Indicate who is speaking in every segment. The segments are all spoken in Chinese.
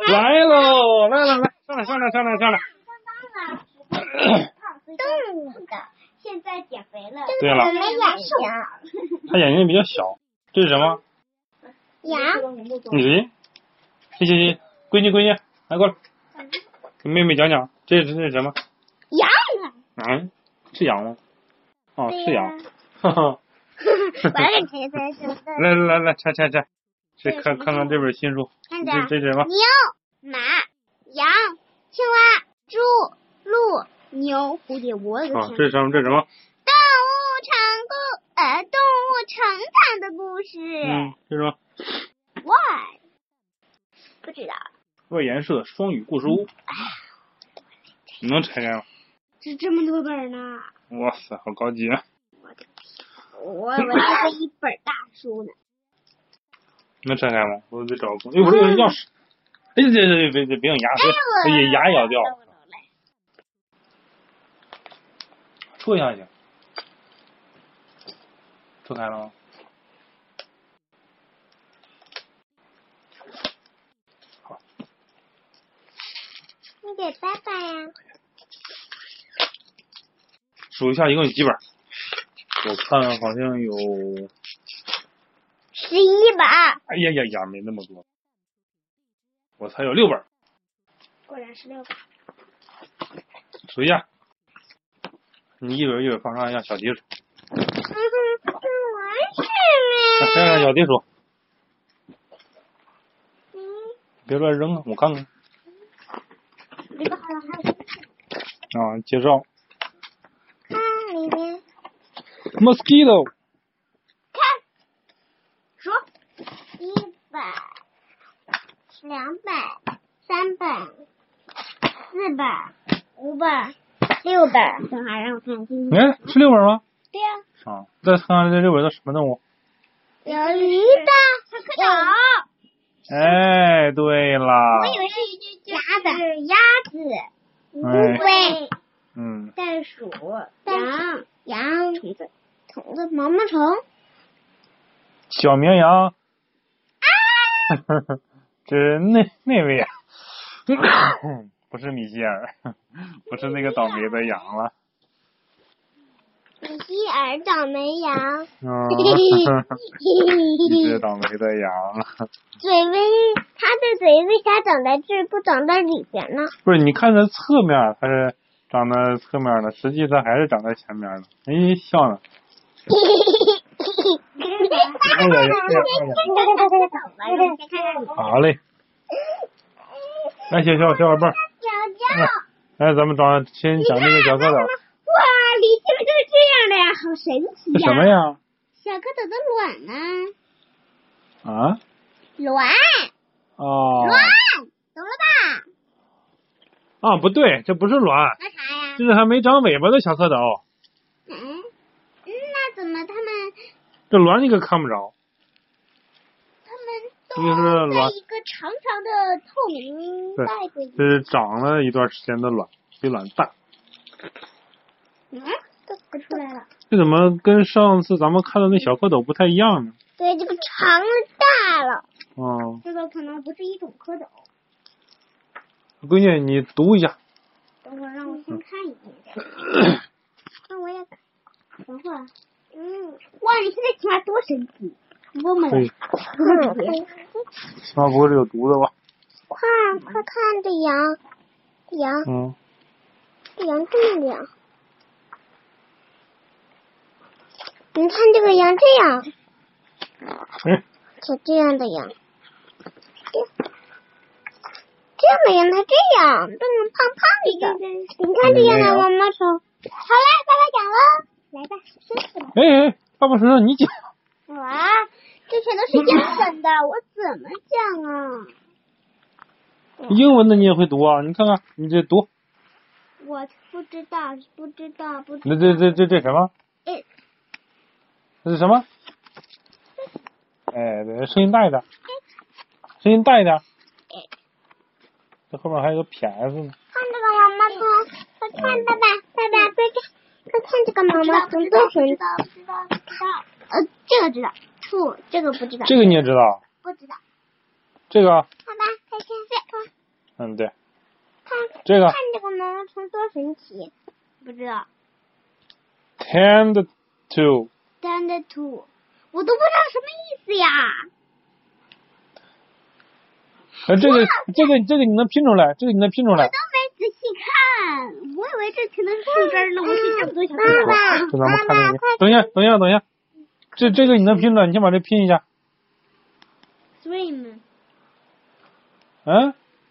Speaker 1: 来喽，来，上来。
Speaker 2: 动物的，现在减肥了。
Speaker 1: 对了，
Speaker 2: 没眼睛。
Speaker 1: 它眼睛比较小。这是什么？
Speaker 2: 羊。
Speaker 1: 你，行，闺女，来过来，给妹妹讲讲，这是什么？
Speaker 2: 羊。
Speaker 1: 嗯，是羊吗？哦，是羊。哈哈。来，拆。去看看这本新书。这是什么？
Speaker 2: 牛、马、羊、青蛙、猪、鹿、牛、蝴蝶。我的天！
Speaker 1: 这是什么？
Speaker 2: 动物成长的故事。
Speaker 1: 这是什么？
Speaker 2: 外，不知道。
Speaker 1: 外研社双语故事屋。你能拆开吗？
Speaker 2: 这么多本呢！
Speaker 1: 哇塞，好高级啊！
Speaker 2: 我以为这是一本大书呢。
Speaker 1: 能拆开吗？我得找个。我这个钥匙。别用牙，别牙咬掉。戳一下行。戳开了吗？好。
Speaker 2: 你给爸爸呀。
Speaker 1: 数一下一共有几本？我看好像有
Speaker 2: 11本。
Speaker 1: 哎呀，没那么多。我猜有6本。
Speaker 2: 果然是6本。
Speaker 1: 数一下，你一本放上，让小迪数。
Speaker 2: 我是
Speaker 1: 让小迪数。别乱扔啊！我看看。
Speaker 2: 这个好像还有
Speaker 1: 介绍。
Speaker 2: 看里面。
Speaker 1: Mosquito。
Speaker 2: 看，数100、200、300、4本、5本、6本。等会让我看清。
Speaker 1: 是6本吗？
Speaker 2: 对呀。
Speaker 1: 再看看这6本的什么动物？
Speaker 2: 有鱼的，小蝌蚪。
Speaker 1: 哎，对了。
Speaker 2: 我以为是一只鸭子、乌龟、袋鼠、羊、虫子、毛毛虫、
Speaker 1: 小绵羊。这是那位啊。不是米歇尔，不是那个倒霉的羊了。
Speaker 2: 米歇尔倒霉羊。
Speaker 1: 一只倒霉的羊。
Speaker 2: 它的嘴为啥长在这不长在里边呢？
Speaker 1: 不是，你看它侧面，它是长在侧面的，实际它还是长在前面的。笑呢。好嘞。来，小伙伴。来，咱们先讲这个小蝌蚪。
Speaker 2: 哇，里面就是这样的呀，好神奇呀！
Speaker 1: 什么呀？
Speaker 2: 小蝌蚪的卵呢？卵。卵，懂了吧？
Speaker 1: 不对，这不是卵。
Speaker 2: 那啥呀？
Speaker 1: 这是还没长尾巴的小蝌蚪。
Speaker 2: 那怎么它们？
Speaker 1: 这卵你可看不着。
Speaker 2: 它们都在一个长长的透明袋子里。
Speaker 1: 这是长了一段时间的卵，比卵大。
Speaker 2: 都不出来了。
Speaker 1: 这怎么跟上次咱们看的那小蝌蚪不太一样呢？
Speaker 2: 对，这个长了大了。这个可能不是一种蝌蚪。
Speaker 1: 闺女，你读一下。
Speaker 2: 等会儿让我先看一遍。那我也看。等会儿。哇，你看这青蛙多神奇！多么的特别。
Speaker 1: 青蛙不会是有毒的吧？
Speaker 2: 快看这羊。这羊这么亮。你看这个羊这样。就这样的羊。这样的羊它这样，这么胖胖的。你看这样的毛毛虫。好了，爸爸讲了。来吧，伸出来。
Speaker 1: 爸爸说让你讲。
Speaker 2: 哇，这全都是英文的，我怎么讲啊？
Speaker 1: 英文的你也会读啊？你看看，你这读。
Speaker 2: 我不知道。
Speaker 1: 那这什么？这是什么？对，声音大一点。这后面还有个PS呢。
Speaker 2: 看这个毛毛虫，快看爸爸，快看这个毛毛虫多神奇。不知道。这个知道。这个不知道。
Speaker 1: 这个你也知道？
Speaker 2: 不知道。
Speaker 1: 这个。
Speaker 2: 好吧，再见。
Speaker 1: 嗯，对。
Speaker 2: 看
Speaker 1: 这个
Speaker 2: 看这个毛毛虫多神奇，不知道。
Speaker 1: Tend to。
Speaker 2: Tend to， 我都不知道什么意思呀。
Speaker 1: 这个你能拼出来？这个你能拼出来？
Speaker 2: 我都没仔细看，我以为这可能是树枝呢。我去这么多小树
Speaker 1: 枝。这咱们看这个。等一下。这个你能拼出来？你先把这拼一下。
Speaker 2: Swim。
Speaker 1: 嗯。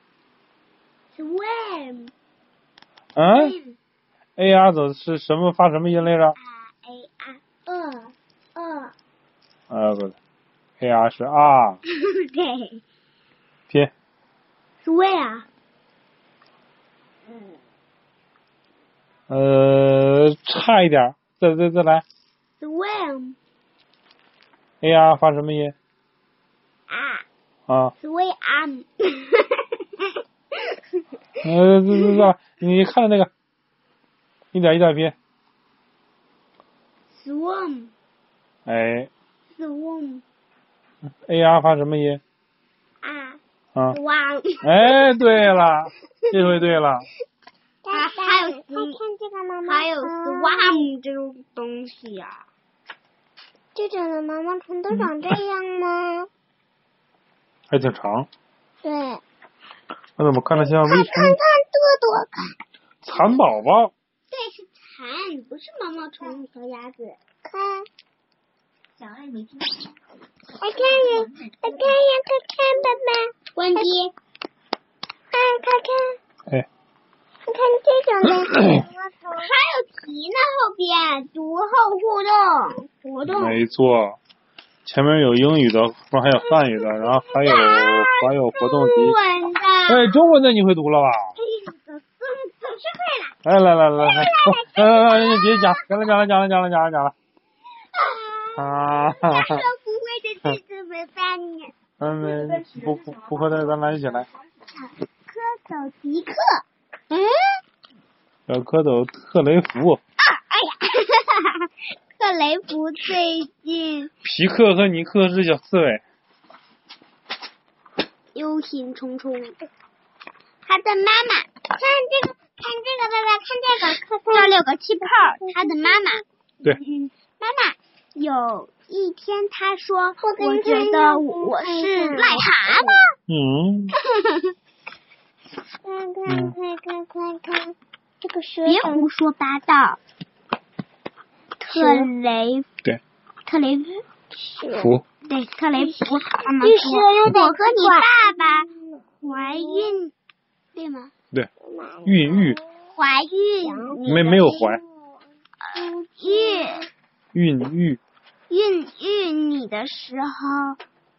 Speaker 2: Swim。
Speaker 1: 嗯。A R 怎是什么发什么音来着？A R 是啊。
Speaker 2: 对。
Speaker 1: 拼。
Speaker 2: Swim。
Speaker 1: 差一点，再来。
Speaker 2: Swim。
Speaker 1: A R 发什么音？啊。
Speaker 2: Swim。
Speaker 1: 你看那个，一点拼。
Speaker 2: Swim。
Speaker 1: 哎。
Speaker 2: Swim。
Speaker 1: A R 发什么音？啊。
Speaker 2: Swim。
Speaker 1: 哎，对了，这回对了。
Speaker 2: 还有这个毛毛虫，还有 swim 这种东西呀。这种的毛毛虫都长这样吗？
Speaker 1: 还挺长。
Speaker 2: 对。
Speaker 1: 我怎么看着像微生？
Speaker 2: 看多
Speaker 1: 蚕宝宝。
Speaker 2: 对，是蚕，不是毛毛虫小鸭子。看。小爱没听。我看爸爸。关机。看。
Speaker 1: 哎。
Speaker 2: 你看这种的毛毛虫，还有题呢，后边读后活动。
Speaker 1: 没错，前面有英语的，后面还有汉语的，然后还有活动题。
Speaker 2: 中文的。
Speaker 1: 哎，中文的你会读了吧？
Speaker 2: 总是会了。
Speaker 1: 来，你别讲了。啊。
Speaker 2: 假设不会的句子怎么办呢？
Speaker 1: 不会的，咱俩一起来。
Speaker 2: 蝌蚪迪克。
Speaker 1: 小蝌蚪特雷弗。
Speaker 2: 特雷弗最近。
Speaker 1: 皮克和尼克是小刺猬。
Speaker 2: 忧心忡忡。他的妈妈，看这个，爸爸，看这个，这儿有个气泡，他的妈妈。
Speaker 1: 对。
Speaker 2: 妈妈，有一天他说，我觉得我是癞蛤蟆。看，这个蛇。别胡说八道。特雷弗。对，特雷弗。妈妈说，我和你爸爸怀孕，对吗？
Speaker 1: 对，孕育。
Speaker 2: 怀孕。
Speaker 1: 没有怀。孕育
Speaker 2: 你的时候，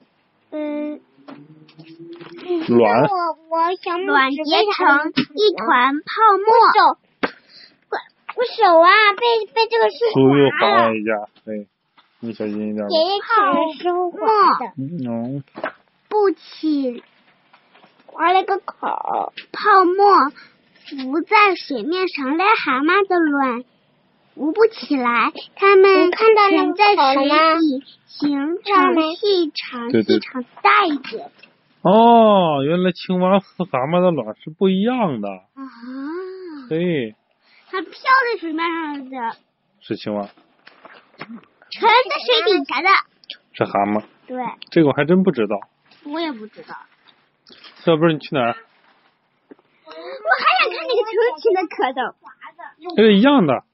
Speaker 2: 卵结成一团泡沫。我手啊，被这个树
Speaker 1: 划了一下，对，你小心一点。
Speaker 2: 爷爷请收获的。不起，划了个口。泡沫浮在水面上，癞蛤蟆的卵浮不起来，它们潜在水底形成细长袋子。
Speaker 1: 哦，原来青蛙和蛤蟆的卵是不一样的。对。
Speaker 2: 它漂在水面上的。
Speaker 1: 是青蛙。
Speaker 2: 沉在水底下的。
Speaker 1: 是蛤蟆。
Speaker 2: 对。
Speaker 1: 这个我还真不知道。
Speaker 2: 我也不知道。
Speaker 1: 要不是你去哪儿？
Speaker 2: 我还想看那个成群的蝌蚪。
Speaker 1: 这个一样的。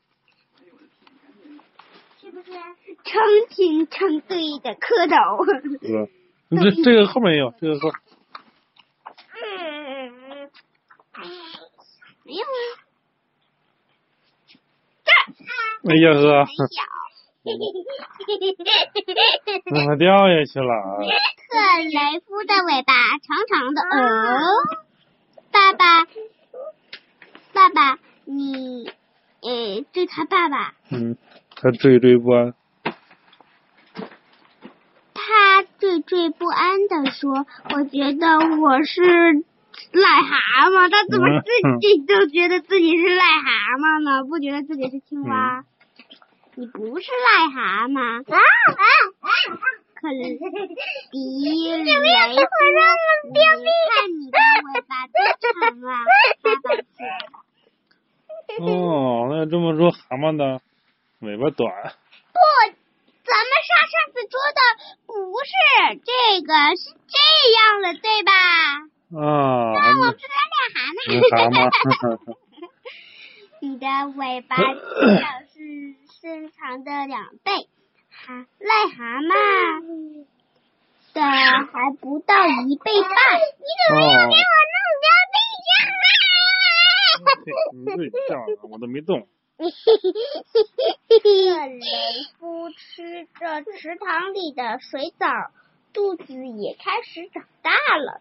Speaker 2: 是不是成群成对的蝌蚪？
Speaker 1: 这个后面也有，这个后。
Speaker 2: 没有啊。
Speaker 1: 哎呀呵。怎么掉下去了？
Speaker 2: 特雷弗的尾巴长长的。爸爸，你对他爸爸。
Speaker 1: 他惴不安。
Speaker 2: 他惴不安地说：“我觉得我是癞蛤蟆。”他怎么自己都觉得自己是癞蛤蟆呢？不觉得自己是青蛙？你不是癞蛤蟆。可迪雷弗，你看你的尾巴多长
Speaker 1: 哦，那这么说，蛤蟆的尾巴短。
Speaker 2: 不，咱们上次说的不是这个，是这样的，对吧？
Speaker 1: 啊，
Speaker 2: 那我不是癞蛤
Speaker 1: 蟆。
Speaker 2: 你的尾巴至少是身长的2倍，癞蛤蟆的还不到1倍半。你怎么又给我弄
Speaker 1: 你自己笑了，我都没动。
Speaker 2: 克雷夫吃着池塘里的水藻，肚子也开始长大了。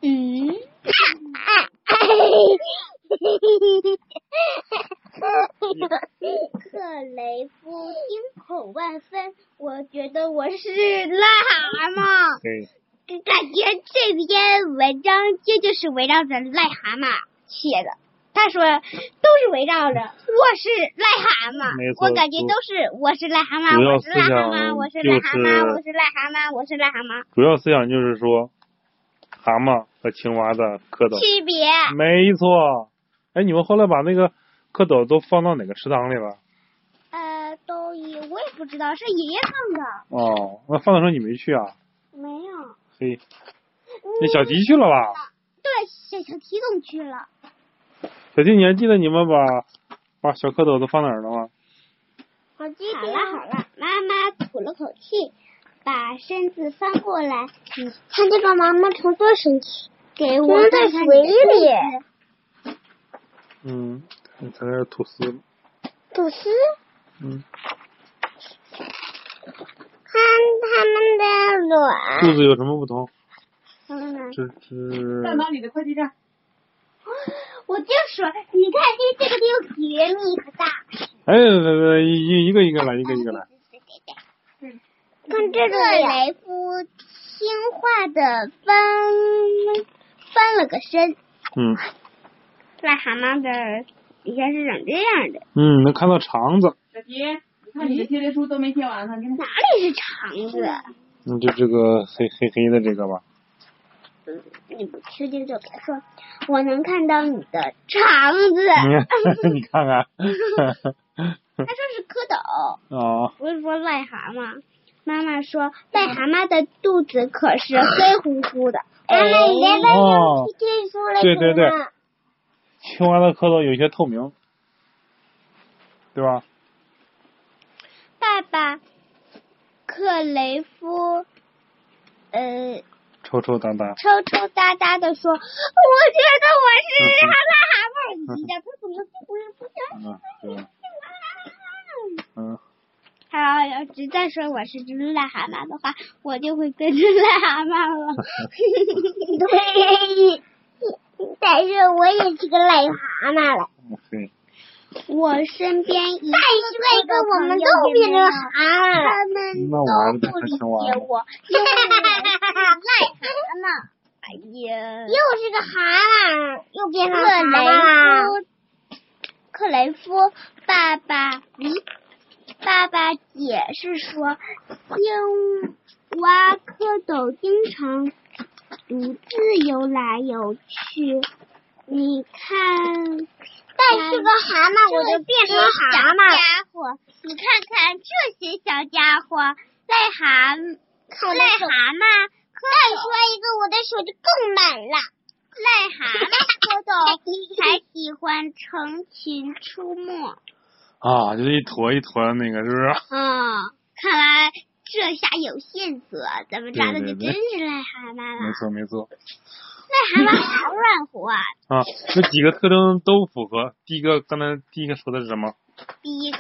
Speaker 2: 克雷夫惊恐万分，我觉得我是癞蛤蟆。感觉这篇文章就是围绕着癞蛤蟆写的。他说都是围绕着我是癞蛤蟆，我感觉都是我是癞蛤蟆，我是癞蛤蟆，我是癞蛤蟆，我是癞蛤蟆，我是癞蛤蟆。
Speaker 1: 主要思想就是说，蛤蟆和青蛙的蝌蚪
Speaker 2: 区别。
Speaker 1: 没错。哎，你们后来把那个蝌蚪都放到哪个池塘里了？
Speaker 2: 我也不知道，是爷爷放的。
Speaker 1: 哦，那放的时候你没去啊？
Speaker 2: 没有。
Speaker 1: 嘿，那小迪去了吧？
Speaker 2: 对，小提总去了。
Speaker 1: 小迪，你还记得你们把小蝌蚪都放哪儿了吗？
Speaker 2: 我记得。好了，妈妈吐了口气，把身子翻过来。看这个，妈妈从多神奇，给我在水里。
Speaker 1: 你在那儿吐丝。
Speaker 2: 吐丝？看它们的卵。
Speaker 1: 肚子有什么不同？
Speaker 3: 在哪里的？快递站。
Speaker 2: 我就说，你看这个得有几米可大。
Speaker 1: 哎，一个一个来，一个一个来。
Speaker 2: 看这个雷夫听话的翻了个身。癞蛤蟆的底下是长这样的。
Speaker 1: 能看到肠子。
Speaker 3: 小迪，你看你的贴书都没贴完呢，你看
Speaker 2: 哪里是肠子？
Speaker 1: 就这个黑的这个吧。
Speaker 2: 你不确定就别说。我能看到你的肠子。
Speaker 1: 你看看。
Speaker 2: 他说是蝌蚪。不是说癞蛤蟆。妈妈说癞蛤蟆的肚子可是黑乎乎的。妈妈，你在那用贴书了？
Speaker 1: 对。青蛙的蝌蚪有些透明，对吧？
Speaker 2: 爸爸，克雷夫，
Speaker 1: 抽抽搭搭
Speaker 2: 的说：“我觉得我是癞蛤蟆。”你讲他怎么不行？他要是再说我是只癞蛤蟆的话，我就会跟着癞蛤蟆了。对，但是我也是个癞蛤蟆了。我身边再说一个，我们都变成蛤蟆了。他们都不理解我，因为我是癞蛤蟆。哎呀，又是个蛤蟆，又变成蛤蟆了。克雷夫爸爸解释说，青蛙蝌蚪经常独自游来游去。你看，再是个蛤蟆，我就变成蛤蟆了。你看看这些小家伙，癞蛤蟆，再说一个，我的手就更满了。癞蛤蟆蝌蚪才喜欢成群出没。
Speaker 1: 就是一坨一坨的那个，是不是？
Speaker 2: 看来这下有线索，咱们抓的就真是癞蛤蟆了。
Speaker 1: 没错。
Speaker 2: 癞蛤蟆好软和啊！
Speaker 1: 这几个特征都符合。刚才第一个说的是什么？
Speaker 2: 第一个。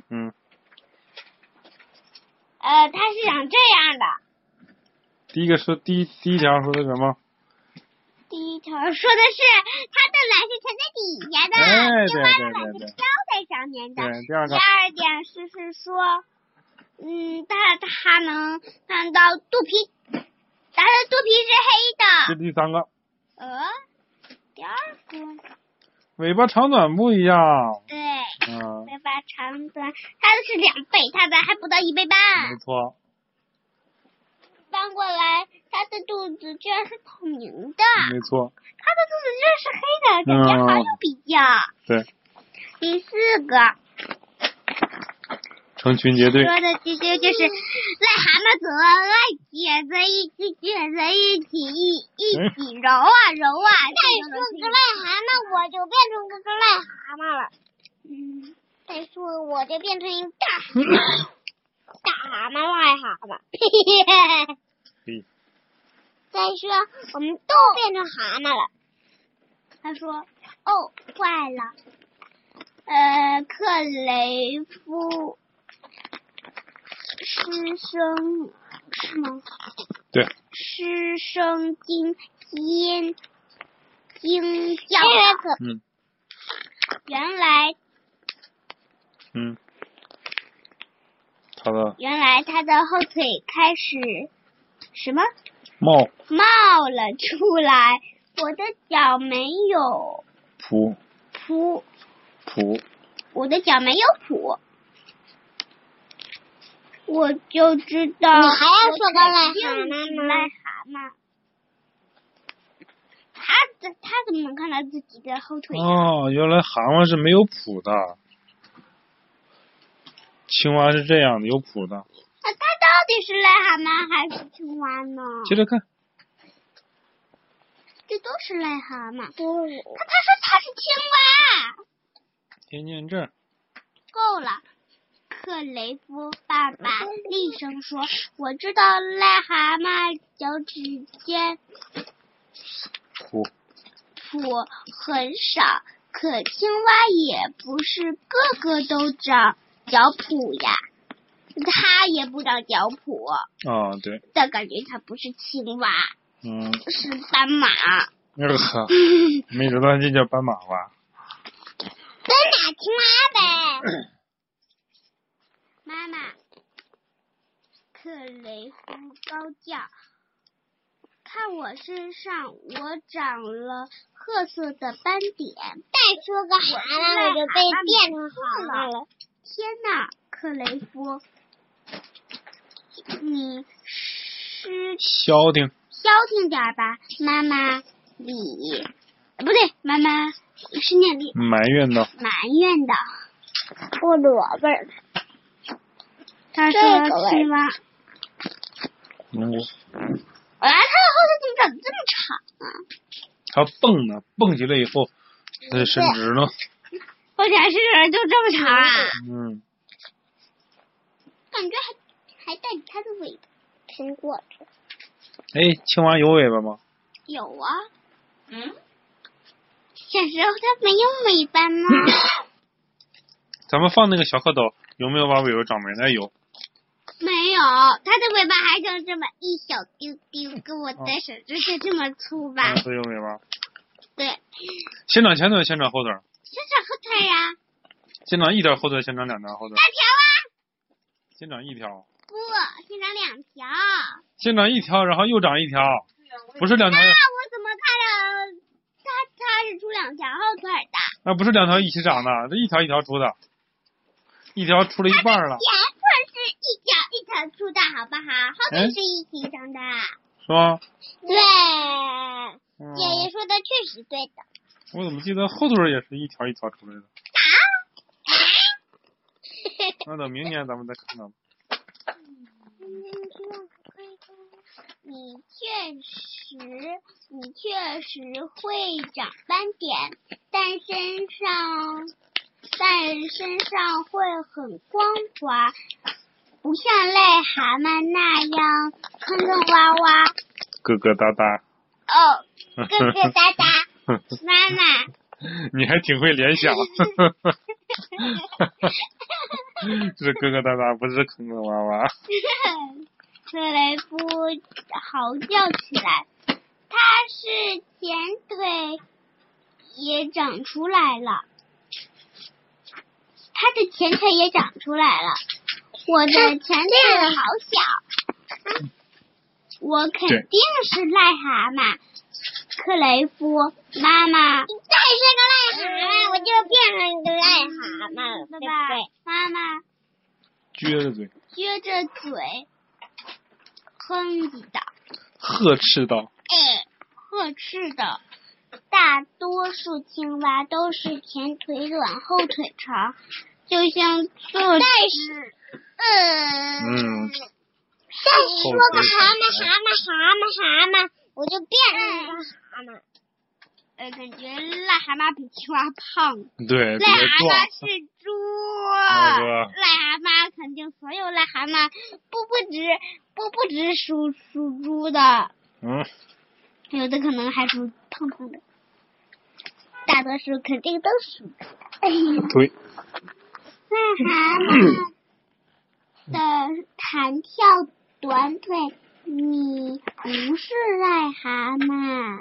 Speaker 2: 它是长这样的。
Speaker 1: 第一条说的什么？
Speaker 2: 第一条说的是它的卵是沉在底下的，青蛙的卵是飘在上面的。第二点是说，它能看到肚皮，它的肚皮是黑的。
Speaker 1: 这第三个。
Speaker 2: 第二个。
Speaker 1: 尾巴长短不一样。
Speaker 2: 对。尾巴长短，它的是2倍，它的还不到1倍半。
Speaker 1: 没错。
Speaker 2: 翻过来，它的肚子居然是透明的。
Speaker 1: 没错。
Speaker 2: 它的肚子居然是黑的，感觉好有比较。
Speaker 1: 对。
Speaker 2: 第4个。
Speaker 1: 成群结队。
Speaker 2: 说的就是癞蛤蟆走啊，结在一起，一起揉啊揉啊。再说个癞蛤蟆，我就变成个癞蛤蟆了。再说我就变成一个大蛤蟆，癞蛤蟆。再说我们都变成蛤蟆了。他说：“哦，坏了，克雷夫失声是吗？
Speaker 1: 对。
Speaker 2: 失声惊叫了。原来。原来他的后腿开始什么？冒了出来。我的脚没有蹼。我的脚没有蹼。我就知道。你还要说个癞蛤蟆？他怎么能看到自己的后腿？
Speaker 1: 哦，原来蛤蟆是没有蹼的。青蛙是这样的，有蹼的。
Speaker 2: 它到底是癞蛤蟆还是青蛙呢？
Speaker 1: 接着看。
Speaker 2: 这都是癞蛤蟆。他说他是青蛙。
Speaker 1: 念念这儿。
Speaker 2: 够了。克雷夫爸爸厉声说：“我知道癞蛤蟆脚趾间蹼很少，可青蛙也不是个个都长脚蹼呀。它也不长脚蹼。
Speaker 1: 啊，对。
Speaker 2: 但感觉它不是青蛙。是斑马。
Speaker 1: 没知道这叫斑马吧？
Speaker 2: 斑马青蛙呗。妈妈，克雷夫高叫，看我身上，我长了褐色的斑点。再说个蛤蟆，我就被变成蛤蟆了。天哪，克雷夫，你
Speaker 1: 消停
Speaker 2: 点吧，妈妈不对，妈妈是念里
Speaker 1: 埋怨的。
Speaker 2: 胡萝卜。他说青蛙。
Speaker 1: 它的
Speaker 2: 后腿怎么长得这么长啊？
Speaker 1: 它蹦呢，蹦起来以后，它就伸直了。
Speaker 2: 后腿伸直就这么长啊？感觉还带着它的尾巴伸过去。
Speaker 1: 青蛙有尾巴吗？
Speaker 2: 有啊。小时候它没有尾巴呢。
Speaker 1: 咱们放那个小蝌蚪，有没有把尾巴长没来？有。
Speaker 2: 没有，它的尾巴还就这么一小丢丢，跟我的手指就这么粗吧。
Speaker 1: 都有尾巴。
Speaker 2: 对。
Speaker 1: 先长前腿，先长后腿。
Speaker 2: 先长后腿呀。
Speaker 1: 先长一条后腿，先长两条后腿。
Speaker 2: 2条啊。
Speaker 1: 先长一条。
Speaker 2: 不，先长2条。
Speaker 1: 先长一条，然后又长一条，不是2条。那
Speaker 2: 我怎么看到它是出2条后腿的？
Speaker 1: 那不是2条一起长的，这一条一条出的，一条出了一半了。
Speaker 2: 前腿是一条出的，好不好？后腿是一起长的。
Speaker 1: 是吗？
Speaker 2: 对。姐姐说的确实对的。
Speaker 1: 我怎么记得后腿也是一条一条出来的？那等明年咱们再看看。你确实
Speaker 2: 会长斑点，但身上会很光滑，不像癞蛤蟆那样坑坑洼洼。
Speaker 1: 疙疙瘩瘩。
Speaker 2: 哦，疙疙瘩瘩。妈妈。
Speaker 1: 你还挺会联想。是疙疙瘩瘩，不是坑坑洼洼。
Speaker 2: 克雷夫嚎叫起来，他是前腿也长出来了，他的前腿也长出来了。我的前腿好小，我肯定是癞蛤蟆。克雷夫，妈妈，你再是个癞蛤蟆，我就变成一个癞蛤蟆了，对不对？妈妈，
Speaker 1: 撅着
Speaker 2: 嘴，哼唧的，
Speaker 1: 呵斥道，
Speaker 2: 呵斥的，大多多数青蛙都是前腿短后腿长，就像作者再说个蛤蟆，我就变成一个蛤蟆。感觉癞蛤蟆比青蛙胖。
Speaker 1: 对，
Speaker 2: 癞蛤蟆是猪。
Speaker 1: 那个
Speaker 2: 癞蛤蟆肯定所有癞蛤蟆不止属猪的。有的可能还属胖胖的，大多数肯定都属猪的。
Speaker 1: 对。
Speaker 2: 癞蛤蟆的弹跳短腿，你不是癞蛤蟆。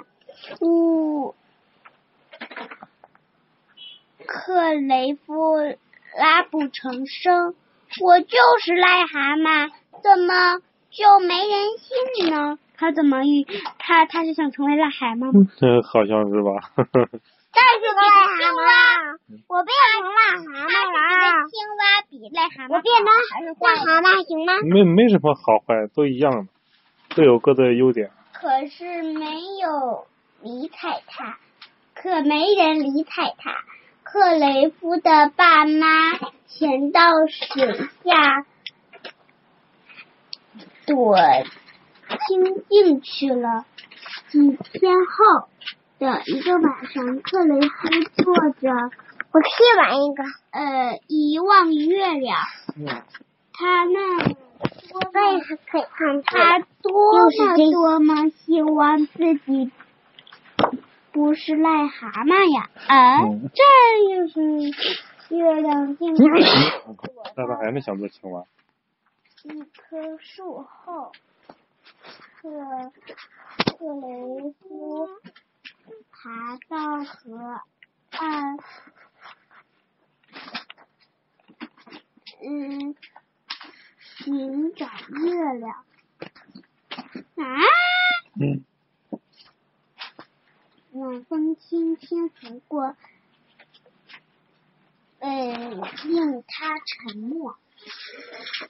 Speaker 2: 克雷夫拉不成声，我就是癞蛤蟆，怎么就没人信呢？他是想成为癞蛤蟆吗？
Speaker 1: 好像是吧。
Speaker 2: 再是个癞蛤蟆，我变成癞蛤蟆了。青蛙比癞蛤蟆，我变成癞蛤蟆行吗？
Speaker 1: 没什么好坏，都一样的，各有各的优点。
Speaker 2: 可是没有理睬他，可没人理睬他。克雷夫的爸妈潜到水下躲清静去了。几天后的一个晚上，克雷夫坐着，我可以玩一个，一望月亮。他那可以看他多么希望自己不是癞蛤蟆呀！这又是月亮镜头。
Speaker 1: 但他还是想做青蛙。
Speaker 2: 一棵树后，克雷夫爬到河岸，寻找月亮。晚风轻轻拂过，令他沉默。